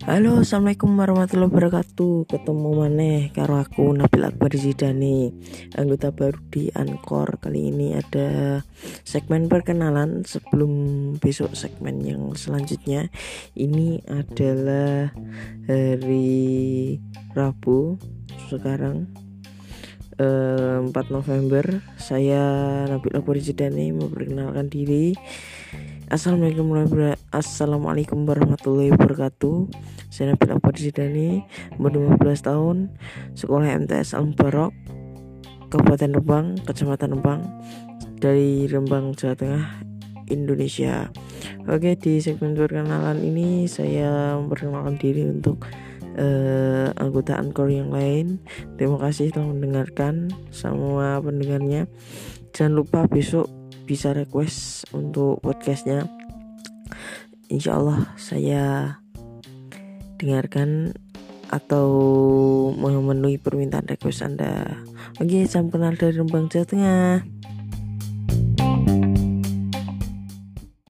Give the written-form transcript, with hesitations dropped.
Halo, assalamualaikum warahmatullahi wabarakatuh. Ketemu maneh karo aku Nabil Akbar Zidane, anggota baru di Anchor. Kali ini ada segmen perkenalan sebelum besok segmen yang selanjutnya. Ini adalah hari Rabu sekarang 4 November. Saya Nabil Akbar Zidane memperkenalkan diri. Assalamualaikum warahmatullahi wabarakatuh. Saya Nabil Akbar Zidane, umur 15 tahun, sekolah MTS Al Mubarak, Kabupaten Rembang, Kecamatan Rembang, dari Rembang, Jawa Tengah, Indonesia. Oke, di segmen perkenalan ini saya memperkenalkan diri untuk anggota Anchor yang lain. Terima kasih telah mendengarkan semua pendengarnya. Jangan lupa besok bisa request untuk podcastnya. Insya Allah saya dengarkan atau memenuhi permintaan request Anda. Oke, salam kenal dari Rembang, Jawa Tengah.